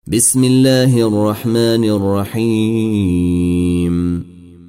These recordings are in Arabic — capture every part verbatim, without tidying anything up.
بسم الله الرحمن الرحيم.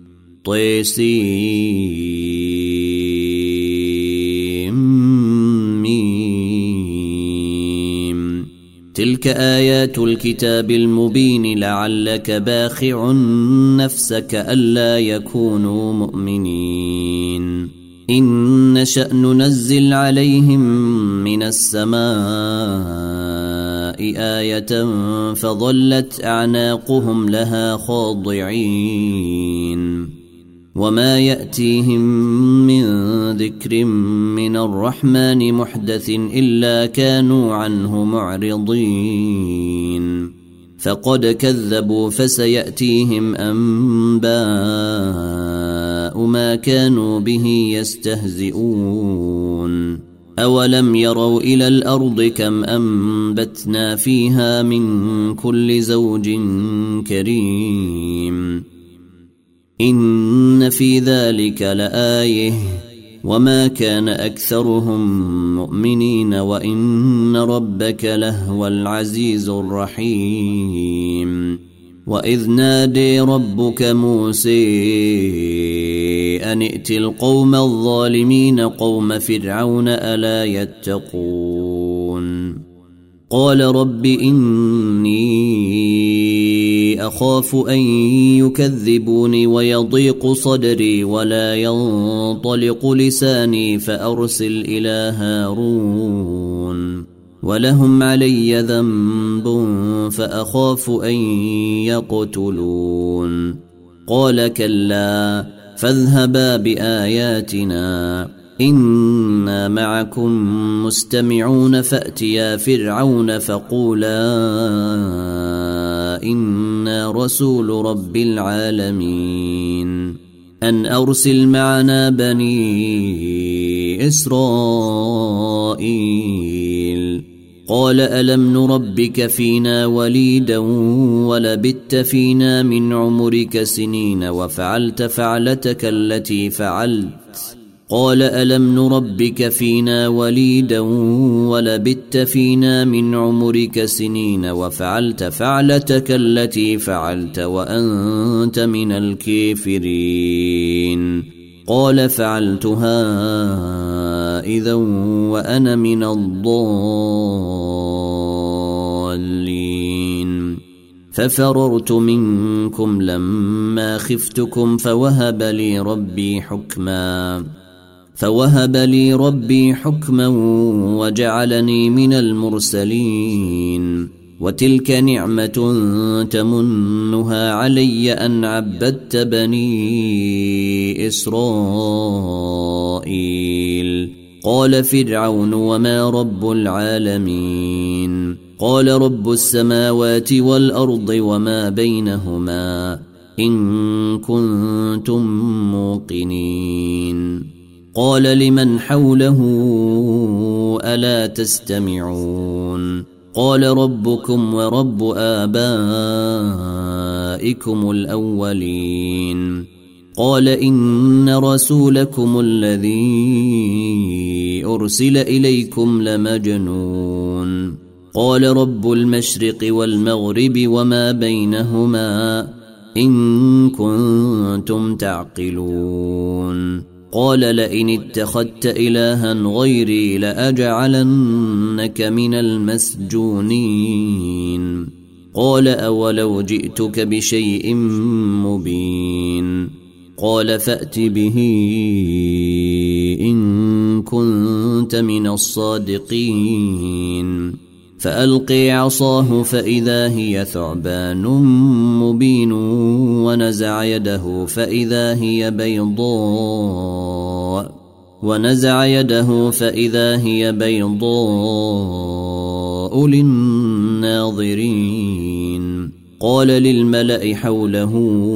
طيسيم. تلك آيات الكتاب المبين لعلك باخع نفسك ألا يكونوا مؤمنين. إن نشأ ننزل عليهم من السماء آية فظلت أعناقهم لها خاضعين وما يأتيهم من ذكر من الرحمن محدث إلا كانوا عنه معرضين. فقد كذبوا فسيأتيهم أنباء ما كانوا به يستهزئون. أولم يروا إلى الأرض كم أنبتنا فيها من كل زوج كريم إن في ذلك لآية وما كان أكثرهم مؤمنين وإن ربك لهو العزيز الرحيم. وإذ نادي ربك موسى أن ائت القوم الظالمين قوم فرعون ألا يتقون. قال رب إني أخاف أن يكذبوني ويضيق صدري ولا ينطلق لساني فأرسل إلى هارون ولهم علي ذنب فأخاف أن يقتلون. قال كلا فاذهبا بآياتنا إنا معكم مستمعون فأتيا فرعون فقولا إنا رسول رب العالمين أن أرسل معنا بني إسرائيل. قال ألم نربك فينا وليدا ولبت فينا من عمرك سنين وفعلت فعلتك التي فعلت. قال ألم نربك فينا وليدا ولبت فينا من عمرك سنين وفعلت فعلتك التي فعلت وأنت من الكافرين. قال فعلتها إذا وأنا من الضالين ففررت منكم لما خفتكم فوهب لي ربي حكما فوهب لي ربي حكما وجعلني من المرسلين. وتلك نعمة تمنها علي أن عبدت بني إسرائيل. قال فرعون وما رب العالمين. قال رب السماوات والأرض وما بينهما إن كنتم موقنين. قال لمن حوله ألا تستمعون. قال ربكم ورب آبائكم الأولين. قال إن رسولكم الذي أرسل إليكم لمجنون. قال رب المشرق والمغرب وما بينهما إن كنتم تعقلون. قال لئن اتخذت إلها غيري لأجعلنك من المسجونين. قال أولو جئتك بشيء مبين. قال فأت به إن كنت من الصادقين. فألقي عصاه فإذا هي ثعبان مبين ونزع يده فإذا هي بيضاء ونزع يده فإذا هي بيضاء للناظرين. قال للملأ حوله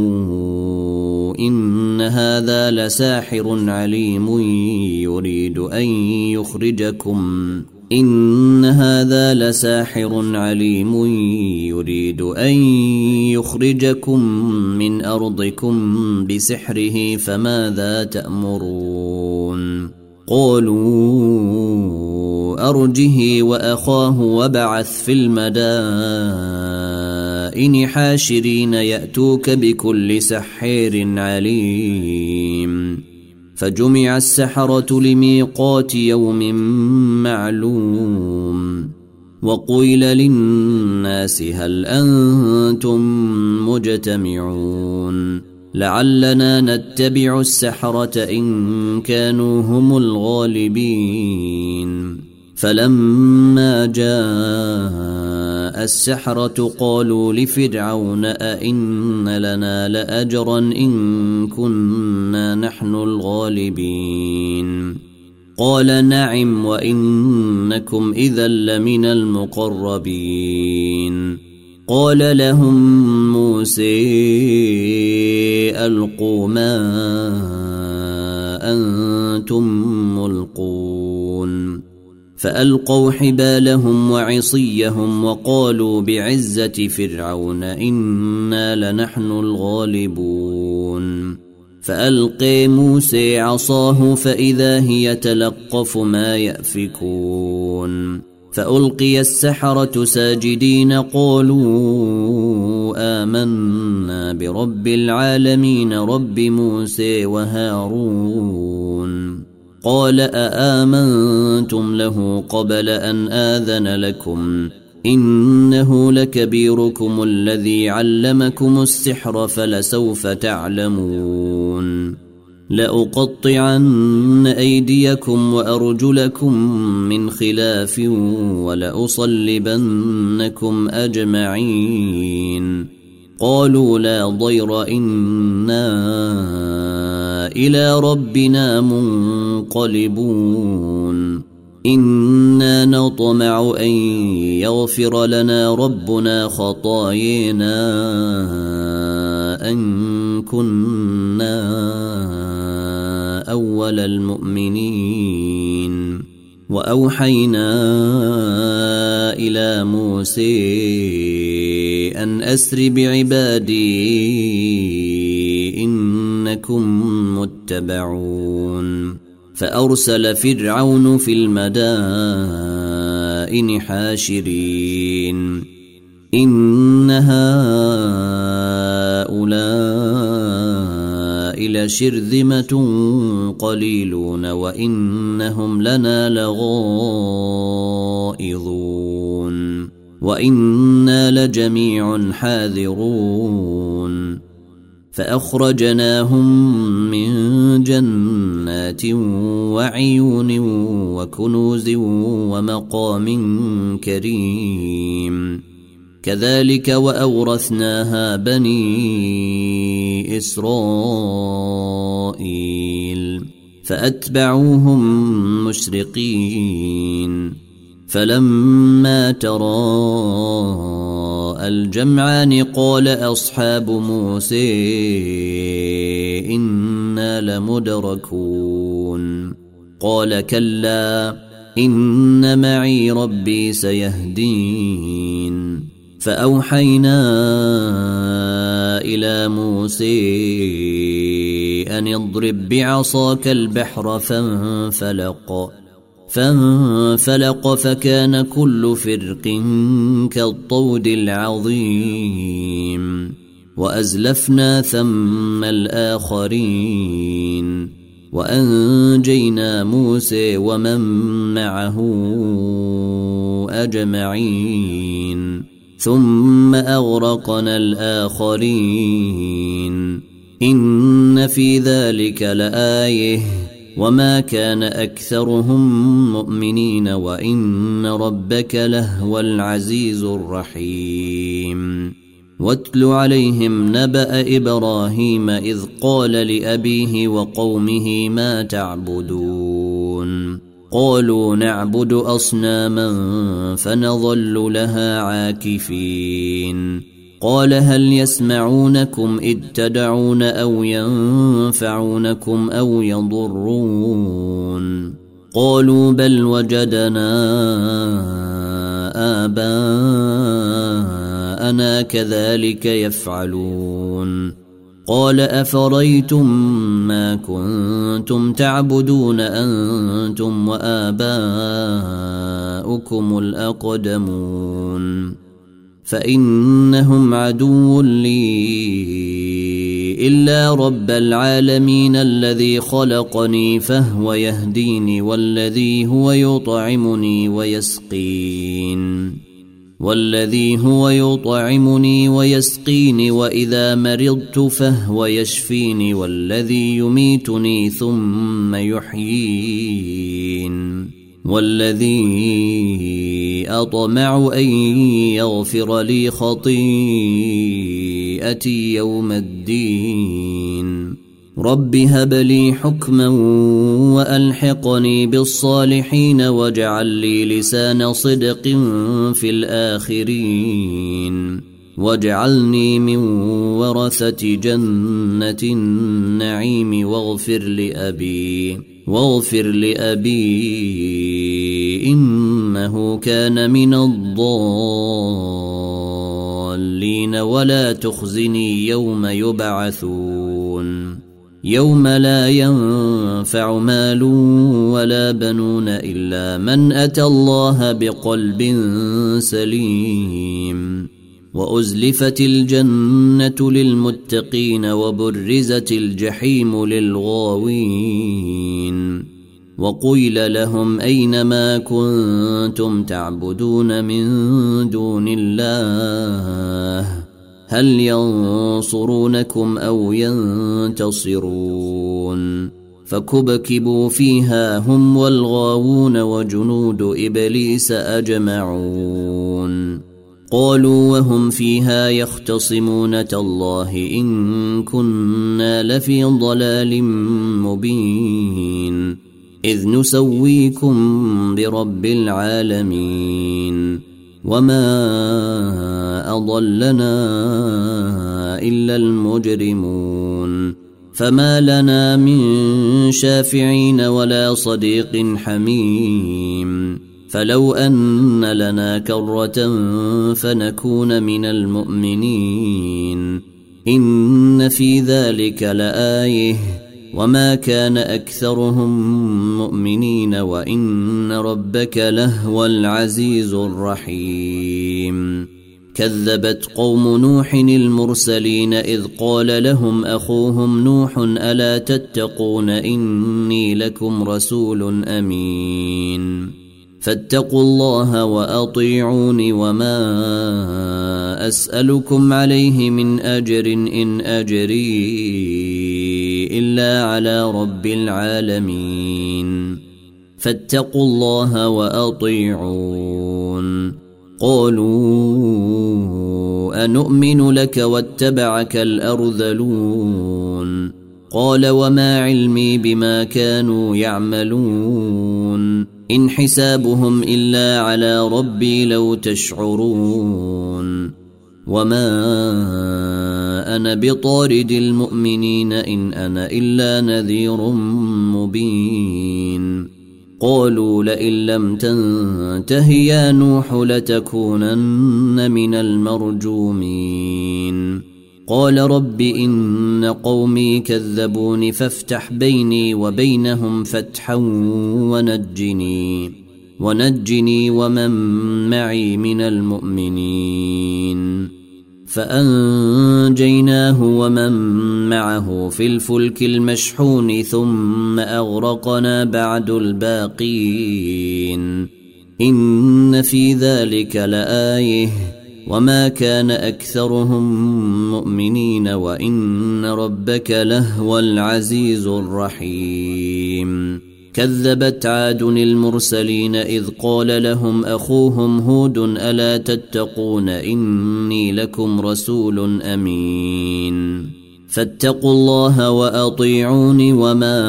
إن هذا لساحر عليم يريد أن يخرجكم إن هذا لساحر عليم يريد أن يخرجكم من أرضكم بسحره فماذا تأمرون. قالوا أرجه وأخاه وابعث في المدائن حاشرين يأتوك بكل سحير عليم فجمع السحرة لميقات يوم معلوم وقيل للناس هل أنتم مجتمعون لعلنا نتبع السحرة إن كانوا هم الغالبين فلما جاء السحرة قالوا لفرعون أئن لنا لأجرا إن كنا نحن الغالبين قال نعم وإنكم إذا لمن المقربين قال لهم موسى ألقوا ما أنتم ملقون فألقوا حبالهم وعصيهم وقالوا بعزة فرعون إنا لنحن الغالبون فألقي موسى عصاه فإذا هي تلقف ما يأفكون فألقي السحرة ساجدين قالوا آمنا برب العالمين رب موسى وهارون قال أآمنتم له قبل أن آذن لكم إنه لكبيركم الذي علمكم السحر فلسوف تعلمون لأقطعن أيديكم وأرجلكم من خلاف ولأصلبنكم أجمعين قالوا لا ضير إنا إلى ربنا منقلبون إنا نطمع أن يغفر لنا ربنا خطايانا أن كنا أول المؤمنين وأوحينا إلى موسى أن أسر بعبادي إنكم متبعون فأرسل فرعون في المدائن حاشرين إن هؤلاء لشرذمة قليلون وإنهم لنا لغائظون وإنا لجميع حاذرون فأخرجناهم من جنات وعيون وكنوز ومقام كريم كذلك وأورثناها بني إسرائيل فأتبعوهم مشرقين فلما تراءى الجمعان قال أصحاب موسى إنا لمدركون قال كلا إن معي ربي سيهدين فأوحينا إلى موسى أن اضرب بعصاك البحر فانفلق فانفلق فكان كل فرق كالطود العظيم وأزلفنا ثم الآخرين وأنجينا موسى ومن معه أجمعين ثم أغرقنا الآخرين إن في ذلك لآية وما كان أكثرهم مؤمنين وإن ربك لهو العزيز الرحيم واتل عليهم نبأ إبراهيم إذ قال لأبيه وقومه ما تعبدون قالوا نعبد أصناما فنظل لها عاكفين قال هل يسمعونكم إذ تدعون أو ينفعونكم أو يضرون قالوا بل وجدنا آباءنا كذلك يفعلون قال أفريتم ما كنتم تعبدون أنتم وآباؤكم الأقدمون فإنهم عدو لي إلا رب العالمين الذي خلقني فهو يهديني والذي هو يطعمني ويسقين والذي هو يطعمني ويسقيني وإذا مرضت فهو يشفيني والذي يميتني ثم يحيين والذي أطمع أن يغفر لي خطيئتي يوم الدين رب هب لي حكما وألحقني بالصالحين واجعل لي لسان صدق في الآخرين واجعلني من ورثة جنة النعيم واغفر لأبي واغفر لأبي إنه كان من الضالين ولا تخزني يوم يبعثون يوم لا ينفع مال ولا بنون إلا من أتى الله بقلب سليم وأزلفت الجنة للمتقين وبرزت الجحيم للغاوين وقيل لهم أين ما كنتم تعبدون من دون الله هل ينصرونكم أو ينتصرون فكبكبوا فيها هم والغاوون وجنود إبليس أجمعون قالوا وهم فيها يختصمون تالله إن كنا لفي ضلال مبين إذ نسويكم برب العالمين وما أضلنا إلا المجرمون فما لنا من شافعين ولا صديق حميم فلو أن لنا كرة فنكون من المؤمنين إن في ذلك لآية وما كان أكثرهم مؤمنين وإن ربك لهو العزيز الرحيم كذبت قوم نوح المرسلين إذ قال لهم أخوهم نوح ألا تتقون إني لكم رسول أمين فاتقوا الله وأطيعوني وما أسألكم عليه من أجر إن أجري إلا على رب العالمين فاتقوا الله وأطيعون قالوا أنؤمن لك واتبعك الأرذلون قال وما علمي بما كانوا يعملون إن حسابهم إلا على ربي لو تشعرون وما أنا بطارد المؤمنين إن أنا إلا نذير مبين قالوا لئن لم تنته يا نوح لتكونن من المرجومين قال رب إن قومي كذبون فافتح بيني وبينهم فتحا ونجني ونجني ومن معي من المؤمنين فأنجيناه ومن معه في الفلك المشحون ثم أغرقنا بعد الباقين إن في ذلك لآية وما كان أكثرهم مؤمنين وإن ربك لهو العزيز الرحيم كذبت عاد المرسلين إذ قال لهم أخوهم هود ألا تتقون إني لكم رسول أمين فاتقوا الله وأطيعوني وما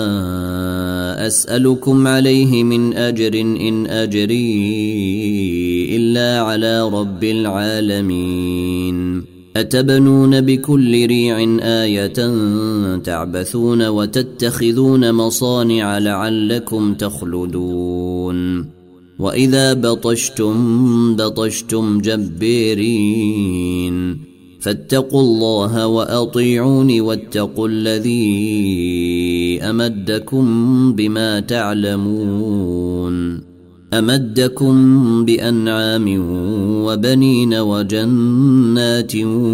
أسألكم عليه من أجر إن أجري إلا على رب العالمين أتبنون بكل ريع آية تعبثون وتتخذون مصانع لعلكم تخلدون وإذا بطشتم بطشتم جبيرين فاتقوا الله وأطيعون واتقوا الذي أمدكم بما تعلمون أمدكم بأنعام وبنين وجنات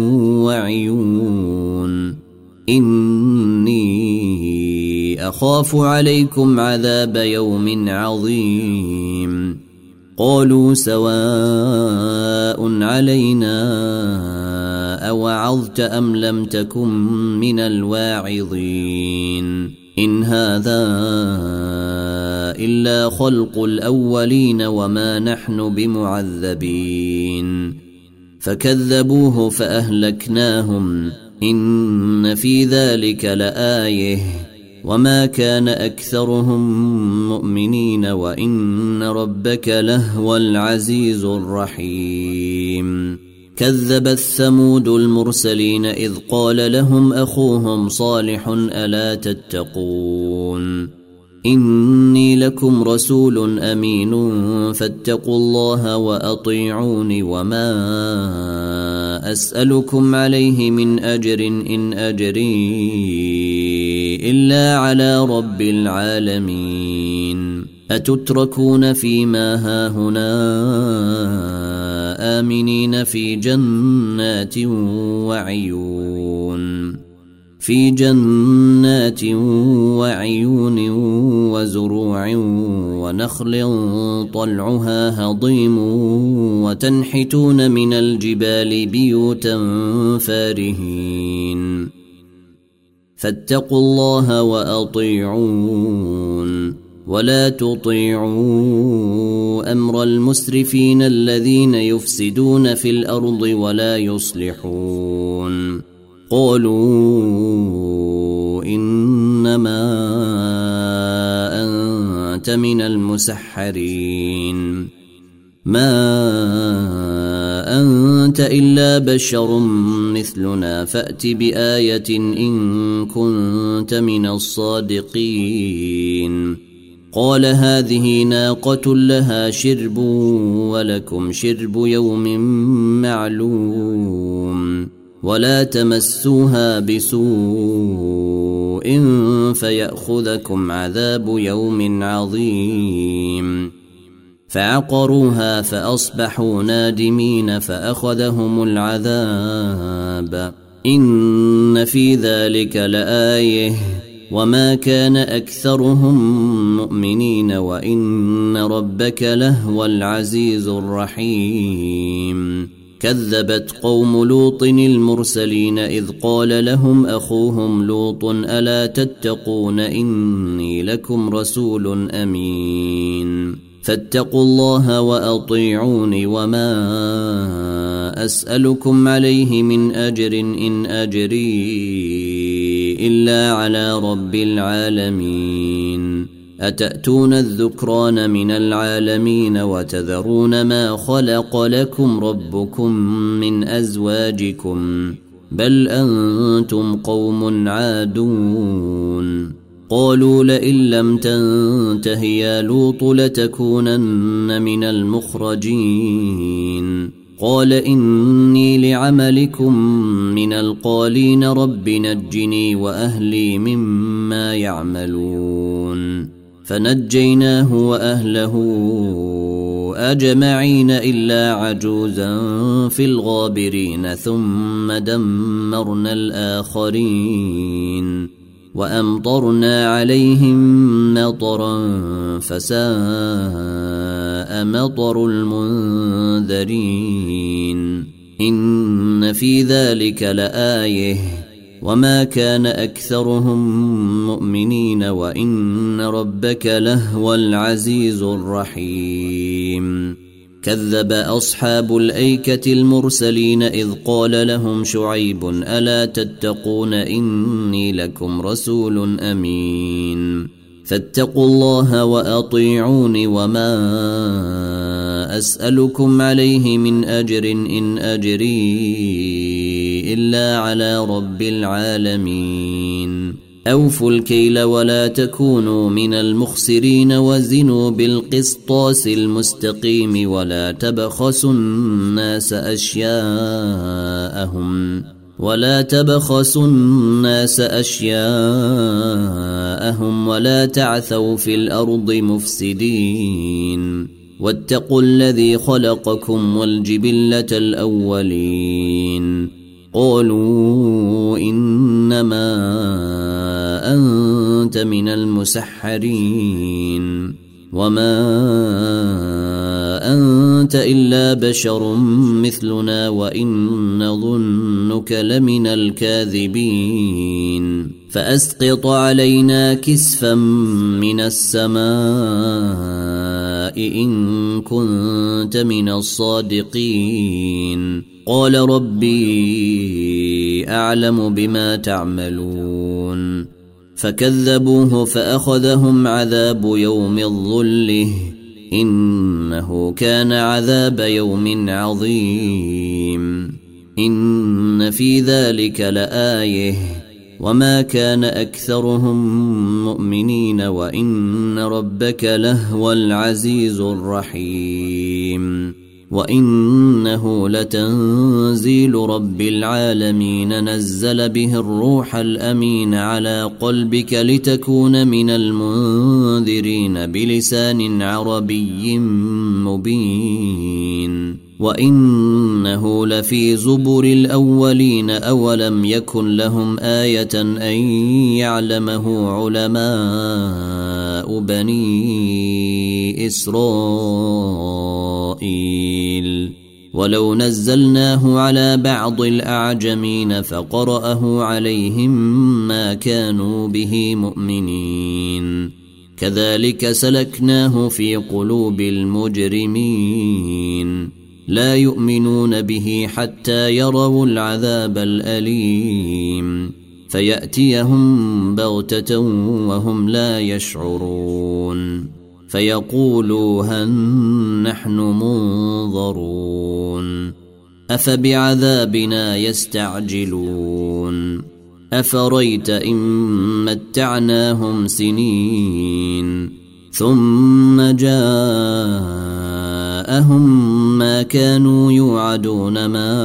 وعيون إني أخاف عليكم عذاب يوم عظيم قالوا سواء علينا أوعظت أم لم تكن من الواعظين إن هذا إلا خلق الأولين وما نحن بمعذبين فكذبوه فأهلكناهم إن في ذلك لآية وما كان أكثرهم مؤمنين وإن ربك لهو العزيز الرحيم كذبت ثمود المرسلين إذ قال لهم أخوهم صالح ألا تتقون إني لكم رسول أمين فاتقوا الله وأطيعون وما أسألكم عليه من أجر إن أجري إلا على رب العالمين أتتركون فيما هاهنا آمنين في جنات وعيون في جنات وعيون وزروع ونخل طلعها هضيم وتنحتون من الجبال بيوتا فارهين فاتقوا الله وأطيعون ولا تطيعوا أمر المسرفين الذين يفسدون في الأرض ولا يصلحون قالوا إنما أنت من المسحرين ما أنت إلا بشر مثلنا فأت بآية إن كنت من الصادقين قال هذه ناقة لها شرب ولكم شرب يوم معلوم ولا تمسوها بسوء فيأخذكم عذاب يوم عظيم فعقروها فأصبحوا نادمين فأخذهم العذاب إن في ذلك لآية وما كان أكثرهم مؤمنين وإن ربك لهو العزيز الرحيم كذبت قوم لوط المرسلين إذ قال لهم أخوهم لوط ألا تتقون إني لكم رسول أمين فاتقوا الله وأطيعون وما أسألكم عليه من أجر إن أجري إلا على رب العالمين أتأتون الذكران من العالمين وتذرون ما خلق لكم ربكم من أزواجكم بل أنتم قوم عادون قالوا لئن لم تنته يا لوط لتكونن من المخرجين قال إني لعملكم من القالين رب نجني وأهلي مما يعملون فنجيناه وأهله أجمعين إلا عجوزا في الغابرين ثم دمرنا الآخرين وأمطرنا عليهم مطرا فساء مطر المنذرين إن في ذلك لآية وما كان أكثرهم مؤمنين وإن ربك لهو العزيز الرحيم كذب أصحاب الأيكة المرسلين إذ قال لهم شعيب ألا تتقون إني لكم رسول أمين فاتقوا الله وأطيعون وما أسألكم عليه من أجر إن أجري إلا على رب العالمين أوفوا الكيل ولا تكونوا من المخسرين وزنوا بالقسطاس المستقيم ولا تبخسوا الناس أشياءهم ولا تبخسوا الناس أشياءهم ولا تعثوا في الأرض مفسدين واتقوا الذي خلقكم والجبلة الأولين قالوا إنما أنت من المسحرين وما أنت إلا بشر مثلنا وإن نظنك لمن الكاذبين فأسقط علينا كسفا من السماء إن كنت من الصادقين قال ربي أعلم بما تعملون فكذبوه فأخذهم عذاب يوم الظله إنه كان عذاب يوم عظيم إن في ذلك لآية وما كان أكثرهم مؤمنين وإن ربك لهو العزيز الرحيم وإنه لتنزيل رب العالمين نزل به الروح الأمين على قلبك لتكون من المنذرين بلسان عربي مبين وإنه لفي زبر الأولين أولم يكن لهم آية أن يعلمه علماء بني إسرائيل ولو نزلناه على بعض الأعجمين فقرأه عليهم ما كانوا به مؤمنين كذلك سلكناه في قلوب المجرمين لا يؤمنون به حتى يروا العذاب الأليم فيأتيهم بغتة وهم لا يشعرون فيقولوا هل نحن منظرون أفبعذابنا يستعجلون أفريت إن متعناهم سنين ثم جاءهم ما كانوا يوعدون ما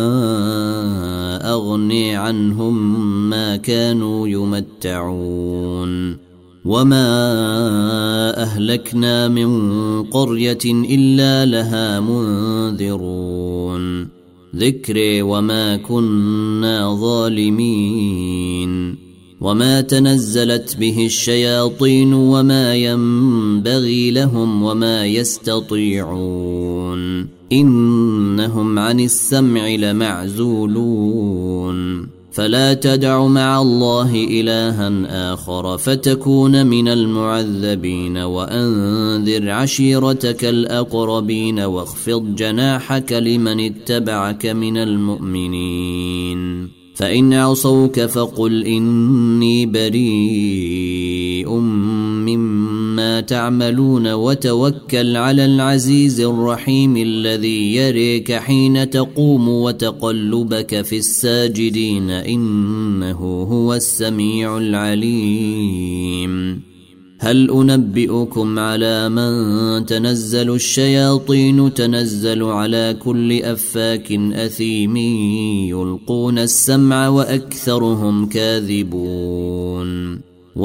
أغني عنهم ما كانوا يمتعون وما أهلكنا من قرية إلا لها منذرون ذكري وما كنا ظالمين وما تنزلت به الشياطين وما ينبغي لهم وما يستطيعون إنهم عن السمع لمعزولون فلا تدع مع الله إلها آخر فتكون من المعذبين وأنذر عشيرتك الأقربين واخفض جناحك لمن اتبعك من المؤمنين فإن عصوك فقل إني بريء مما تعملون وتوكل على العزيز الرحيم الذي يريك حين تقوم وتقلبك في الساجدين إنه هو السميع العليم هل أنبئكم على من تنزل الشياطين تنزل على كل أفاك أثيم يلقون السمع وأكثرهم كاذبون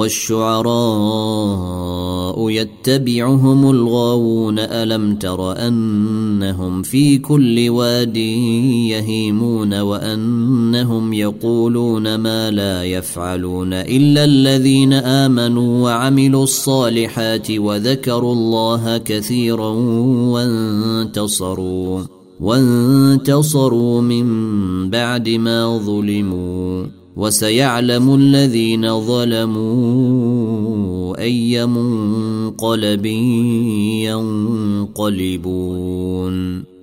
والشعراء يتبعهم الغاوون ألم تر أنهم في كل واد يهيمون وأنهم يقولون ما لا يفعلون إلا الذين آمنوا وعملوا الصالحات وذكروا الله كثيرا وانتصروا وانتصروا من بعد ما ظلموا وسيعلم الذين ظلموا أي منقلب ينقلبون.